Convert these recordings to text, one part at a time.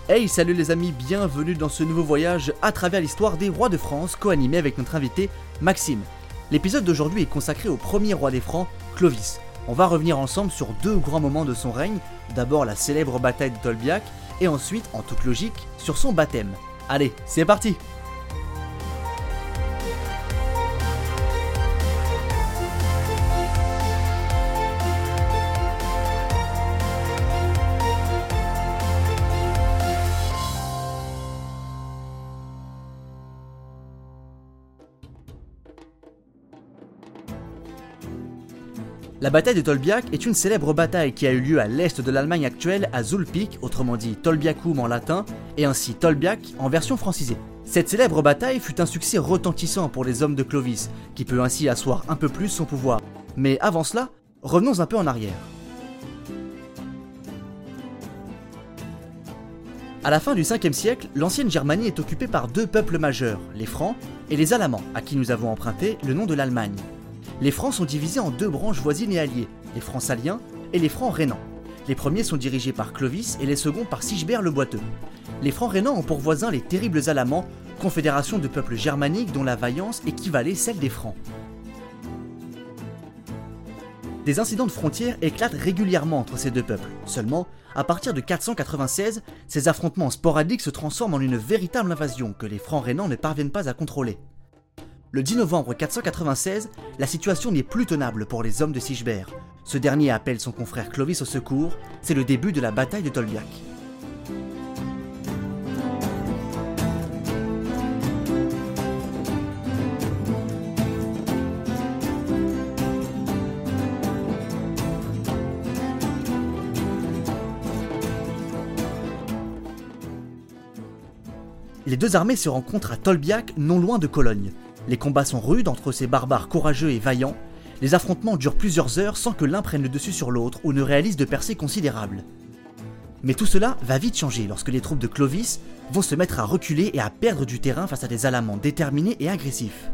Hey, salut les amis, bienvenue dans ce nouveau voyage à travers l'histoire des rois de France, co-animé avec notre invité Maxime. L'épisode d'aujourd'hui est consacré au premier roi des Francs, Clovis. On va revenir ensemble sur deux grands moments de son règne, d'abord la célèbre bataille de Tolbiac, et ensuite, en toute logique, sur son baptême. Allez, c'est parti! La bataille de Tolbiac est une célèbre bataille qui a eu lieu à l'est de l'Allemagne actuelle à Zulpich, autrement dit Tolbiacum en latin, et ainsi Tolbiac en version francisée. Cette célèbre bataille fut un succès retentissant pour les hommes de Clovis, qui peut ainsi asseoir un peu plus son pouvoir. Mais avant cela, revenons un peu en arrière. À la fin du 5e siècle, l'ancienne Germanie est occupée par deux peuples majeurs, les Francs et les Alamans, à qui nous avons emprunté le nom de l'Allemagne. Les Francs sont divisés en deux branches voisines et alliées, les Francs saliens et les Francs rhénans. Les premiers sont dirigés par Clovis et les seconds par Sigebert le Boiteux. Les Francs rhénans ont pour voisins les terribles Alamans, confédération de peuples germaniques dont la vaillance équivalait celle des Francs. Des incidents de frontières éclatent régulièrement entre ces deux peuples. Seulement, à partir de 496, ces affrontements sporadiques se transforment en une véritable invasion que les Francs rhénans ne parviennent pas à contrôler. Le 10 novembre 496, la situation n'est plus tenable pour les hommes de Sigebert. Ce dernier appelle son confrère Clovis au secours, c'est le début de la bataille de Tolbiac. Les deux armées se rencontrent à Tolbiac, non loin de Cologne. Les combats sont rudes entre ces barbares courageux et vaillants. Les affrontements durent plusieurs heures sans que l'un prenne le dessus sur l'autre ou ne réalise de percées considérables. Mais tout cela va vite changer lorsque les troupes de Clovis vont se mettre à reculer et à perdre du terrain face à des Alamans déterminés et agressifs.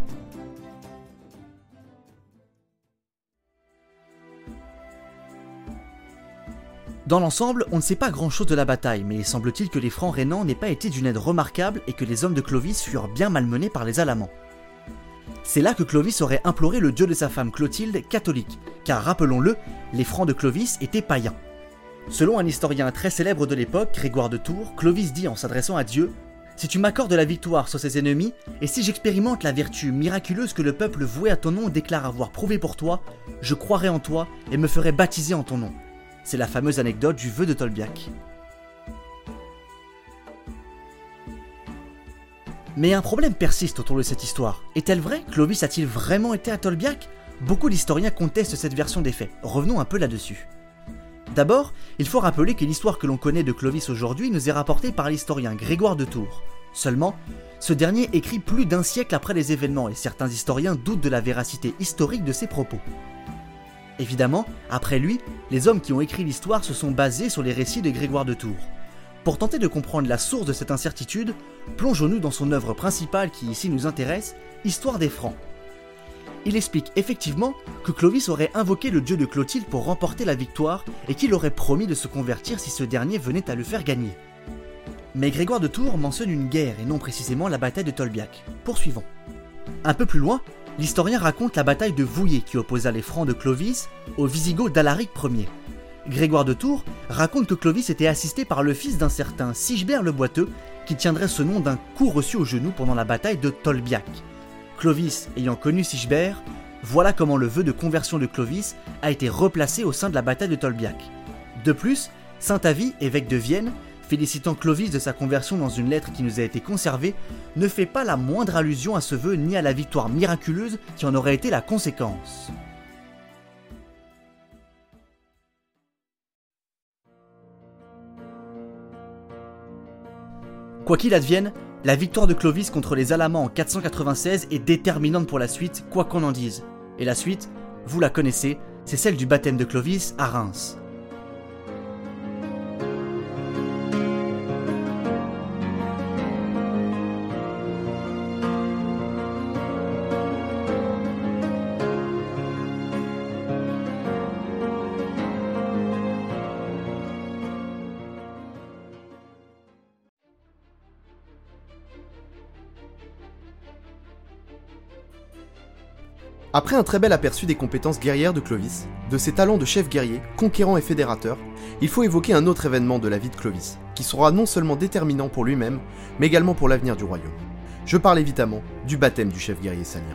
Dans l'ensemble, on ne sait pas grand-chose de la bataille, mais semble-t-il que les Francs rhénans n'aient pas été d'une aide remarquable et que les hommes de Clovis furent bien malmenés par les Alamans. C'est là que Clovis aurait imploré le dieu de sa femme Clotilde catholique, car rappelons-le, les Francs de Clovis étaient païens. Selon un historien très célèbre de l'époque, Grégoire de Tours, Clovis dit en s'adressant à Dieu « Si tu m'accordes la victoire sur ses ennemis, et si j'expérimente la vertu miraculeuse que le peuple voué à ton nom déclare avoir prouvée pour toi, je croirai en toi et me ferai baptiser en ton nom. » C'est la fameuse anecdote du vœu de Tolbiac. Mais un problème persiste autour de cette histoire. Est-elle vraie? Clovis a-t-il vraiment été à Tolbiac? Beaucoup d'historiens contestent cette version des faits. Revenons un peu là-dessus. D'abord, il faut rappeler que l'histoire que l'on connaît de Clovis aujourd'hui nous est rapportée par l'historien Grégoire de Tours. Seulement, ce dernier écrit plus d'un siècle après les événements et certains historiens doutent de la véracité historique de ses propos. Évidemment, après lui, les hommes qui ont écrit l'histoire se sont basés sur les récits de Grégoire de Tours. Pour tenter de comprendre la source de cette incertitude, plongeons-nous dans son œuvre principale qui ici nous intéresse, Histoire des Francs. Il explique effectivement que Clovis aurait invoqué le dieu de Clotilde pour remporter la victoire et qu'il aurait promis de se convertir si ce dernier venait à le faire gagner. Mais Grégoire de Tours mentionne une guerre et non précisément la bataille de Tolbiac. Poursuivons. Un peu plus loin, l'historien raconte la bataille de Vouillé qui opposa les Francs de Clovis aux Visigoths d'Alaric Ier. Grégoire de Tours raconte que Clovis était assisté par le fils d'un certain Sigebert le Boiteux qui tiendrait ce nom d'un coup reçu au genou pendant la bataille de Tolbiac. Clovis ayant connu Sigebert, voilà comment le vœu de conversion de Clovis a été replacé au sein de la bataille de Tolbiac. De plus, saint Avit, évêque de Vienne, félicitant Clovis de sa conversion dans une lettre qui nous a été conservée, ne fait pas la moindre allusion à ce vœu ni à la victoire miraculeuse qui en aurait été la conséquence. Quoi qu'il advienne, la victoire de Clovis contre les Alamans en 496 est déterminante pour la suite, quoi qu'on en dise. Et la suite, vous la connaissez, c'est celle du baptême de Clovis à Reims. Après un très bel aperçu des compétences guerrières de Clovis, de ses talents de chef guerrier, conquérant et fédérateur, il faut évoquer un autre événement de la vie de Clovis, qui sera non seulement déterminant pour lui-même, mais également pour l'avenir du royaume. Je parle évidemment du baptême du chef guerrier salien.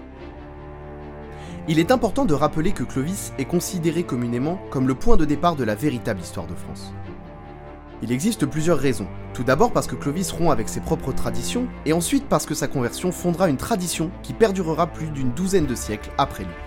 Il est important de rappeler que Clovis est considéré communément comme le point de départ de la véritable histoire de France. Il existe plusieurs raisons. Tout d'abord parce que Clovis rompt avec ses propres traditions, et ensuite parce que sa conversion fondera une tradition qui perdurera plus d'une douzaine de siècles après lui.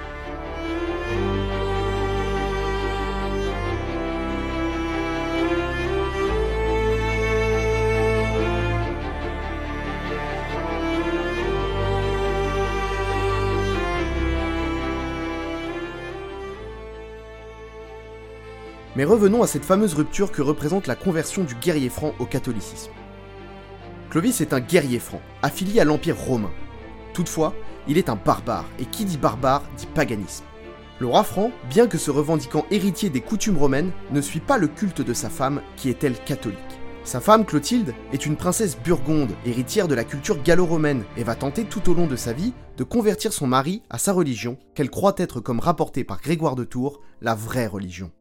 Mais revenons à cette fameuse rupture que représente la conversion du guerrier franc au catholicisme. Clovis est un guerrier franc, affilié à l'Empire romain. Toutefois, il est un barbare, et qui dit barbare dit paganisme. Le roi franc, bien que se revendiquant héritier des coutumes romaines, ne suit pas le culte de sa femme, qui est elle catholique. Sa femme, Clotilde, est une princesse burgonde, héritière de la culture gallo-romaine, et va tenter tout au long de sa vie de convertir son mari à sa religion, qu'elle croit être, comme rapporté par Grégoire de Tours, la vraie religion.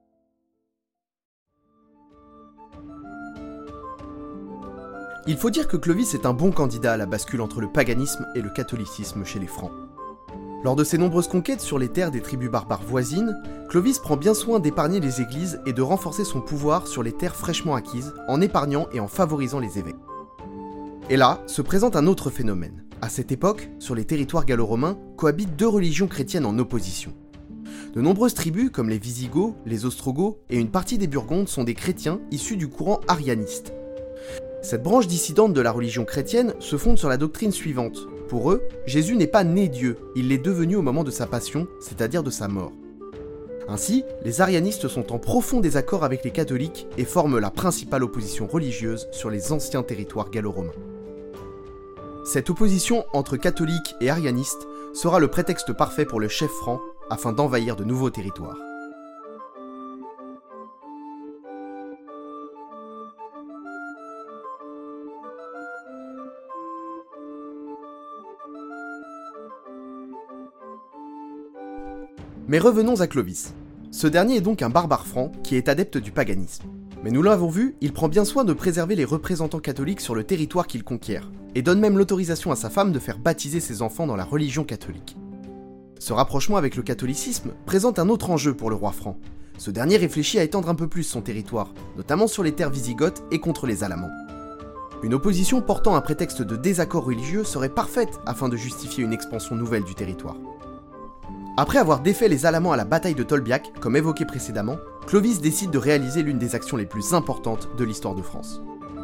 Il faut dire que Clovis est un bon candidat à la bascule entre le paganisme et le catholicisme chez les Francs. Lors de ses nombreuses conquêtes sur les terres des tribus barbares voisines, Clovis prend bien soin d'épargner les églises et de renforcer son pouvoir sur les terres fraîchement acquises, en épargnant et en favorisant les évêques. Et là, se présente un autre phénomène. À cette époque, sur les territoires gallo-romains, cohabitent deux religions chrétiennes en opposition. De nombreuses tribus, comme les Visigoths, les Ostrogoths et une partie des Burgondes sont des chrétiens issus du courant arianiste. Cette branche dissidente de la religion chrétienne se fonde sur la doctrine suivante. Pour eux, Jésus n'est pas né Dieu, il l'est devenu au moment de sa passion, c'est-à-dire de sa mort. Ainsi, les arianistes sont en profond désaccord avec les catholiques et forment la principale opposition religieuse sur les anciens territoires gallo-romains. Cette opposition entre catholiques et arianistes sera le prétexte parfait pour le chef franc afin d'envahir de nouveaux territoires. Mais revenons à Clovis. Ce dernier est donc un barbare franc qui est adepte du paganisme. Mais nous l'avons vu, il prend bien soin de préserver les représentants catholiques sur le territoire qu'il conquiert, et donne même l'autorisation à sa femme de faire baptiser ses enfants dans la religion catholique. Ce rapprochement avec le catholicisme présente un autre enjeu pour le roi franc. Ce dernier réfléchit à étendre un peu plus son territoire, notamment sur les terres visigothes et contre les Alamans. Une opposition portant un prétexte de désaccord religieux serait parfaite afin de justifier une expansion nouvelle du territoire. Après avoir défait les Alamans à la bataille de Tolbiac, comme évoqué précédemment, Clovis décide de réaliser l'une des actions les plus importantes de l'histoire de France.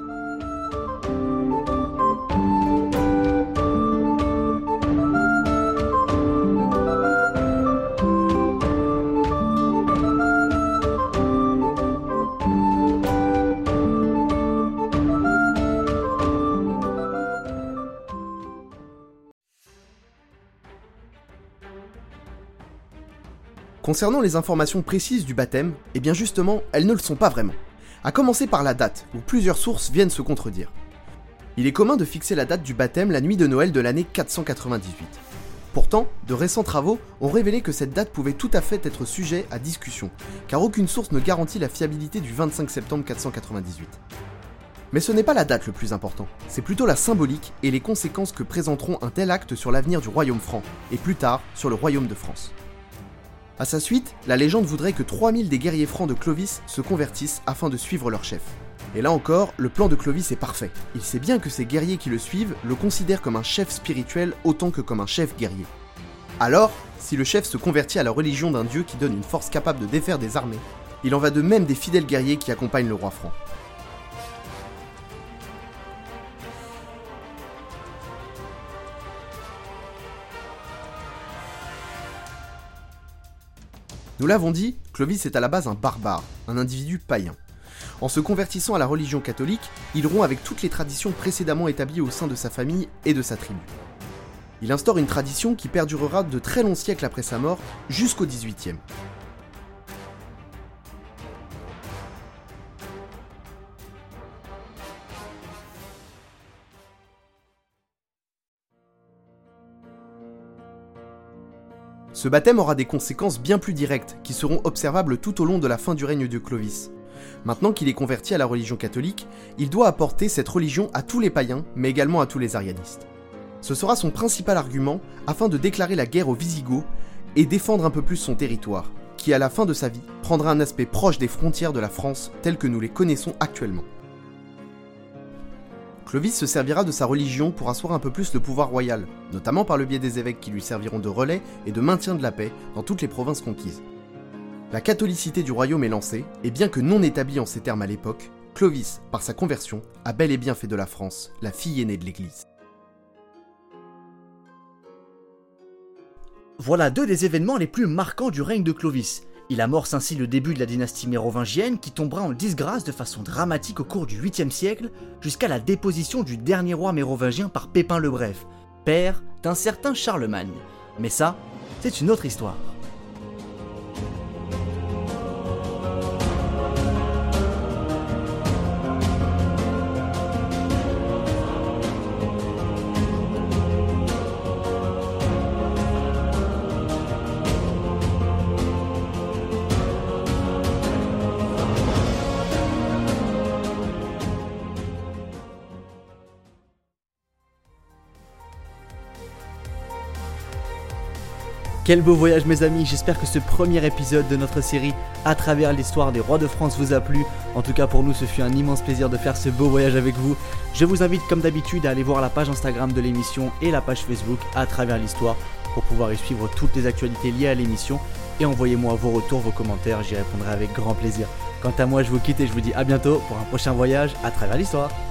Concernant les informations précises du baptême, eh bien justement, elles ne le sont pas vraiment. À commencer par la date, où plusieurs sources viennent se contredire. Il est commun de fixer la date du baptême la nuit de Noël de l'année 498. Pourtant, de récents travaux ont révélé que cette date pouvait tout à fait être sujet à discussion, car aucune source ne garantit la fiabilité du 25 septembre 498. Mais ce n'est pas la date le plus important, c'est plutôt la symbolique et les conséquences que présenteront un tel acte sur l'avenir du royaume franc, et plus tard sur le royaume de France. À sa suite, la légende voudrait que 3000 des guerriers francs de Clovis se convertissent afin de suivre leur chef. Et là encore, le plan de Clovis est parfait. Il sait bien que ces guerriers qui le suivent le considèrent comme un chef spirituel autant que comme un chef guerrier. Alors, si le chef se convertit à la religion d'un dieu qui donne une force capable de défaire des armées, il en va de même des fidèles guerriers qui accompagnent le roi franc. Nous l'avons dit, Clovis est à la base un barbare, un individu païen. En se convertissant à la religion catholique, il rompt avec toutes les traditions précédemment établies au sein de sa famille et de sa tribu. Il instaure une tradition qui perdurera de très longs siècles après sa mort, jusqu'au XVIIIe. Ce baptême aura des conséquences bien plus directes, qui seront observables tout au long de la fin du règne de Clovis. Maintenant qu'il est converti à la religion catholique, il doit apporter cette religion à tous les païens, mais également à tous les arianistes. Ce sera son principal argument afin de déclarer la guerre aux Visigoths et défendre un peu plus son territoire, qui à la fin de sa vie prendra un aspect proche des frontières de la France telles que nous les connaissons actuellement. Clovis se servira de sa religion pour asseoir un peu plus le pouvoir royal, notamment par le biais des évêques qui lui serviront de relais et de maintien de la paix dans toutes les provinces conquises. La catholicité du royaume est lancée, et bien que non établie en ces termes à l'époque, Clovis, par sa conversion, a bel et bien fait de la France la fille aînée de l'Église. Voilà deux des événements les plus marquants du règne de Clovis. Il amorce ainsi le début de la dynastie mérovingienne qui tombera en disgrâce de façon dramatique au cours du 8e siècle, jusqu'à la déposition du dernier roi mérovingien par Pépin le Bref, père d'un certain Charlemagne. Mais ça, c'est une autre histoire. Quel beau voyage mes amis, j'espère que ce premier épisode de notre série à travers l'histoire des rois de France vous a plu. En tout cas pour nous ce fut un immense plaisir de faire ce beau voyage avec vous. Je vous invite comme d'habitude à aller voir la page Instagram de l'émission et la page Facebook à travers l'histoire pour pouvoir y suivre toutes les actualités liées à l'émission. Et envoyez-moi vos retours, vos commentaires, j'y répondrai avec grand plaisir. Quant à moi je vous quitte et je vous dis à bientôt pour un prochain voyage à travers l'histoire.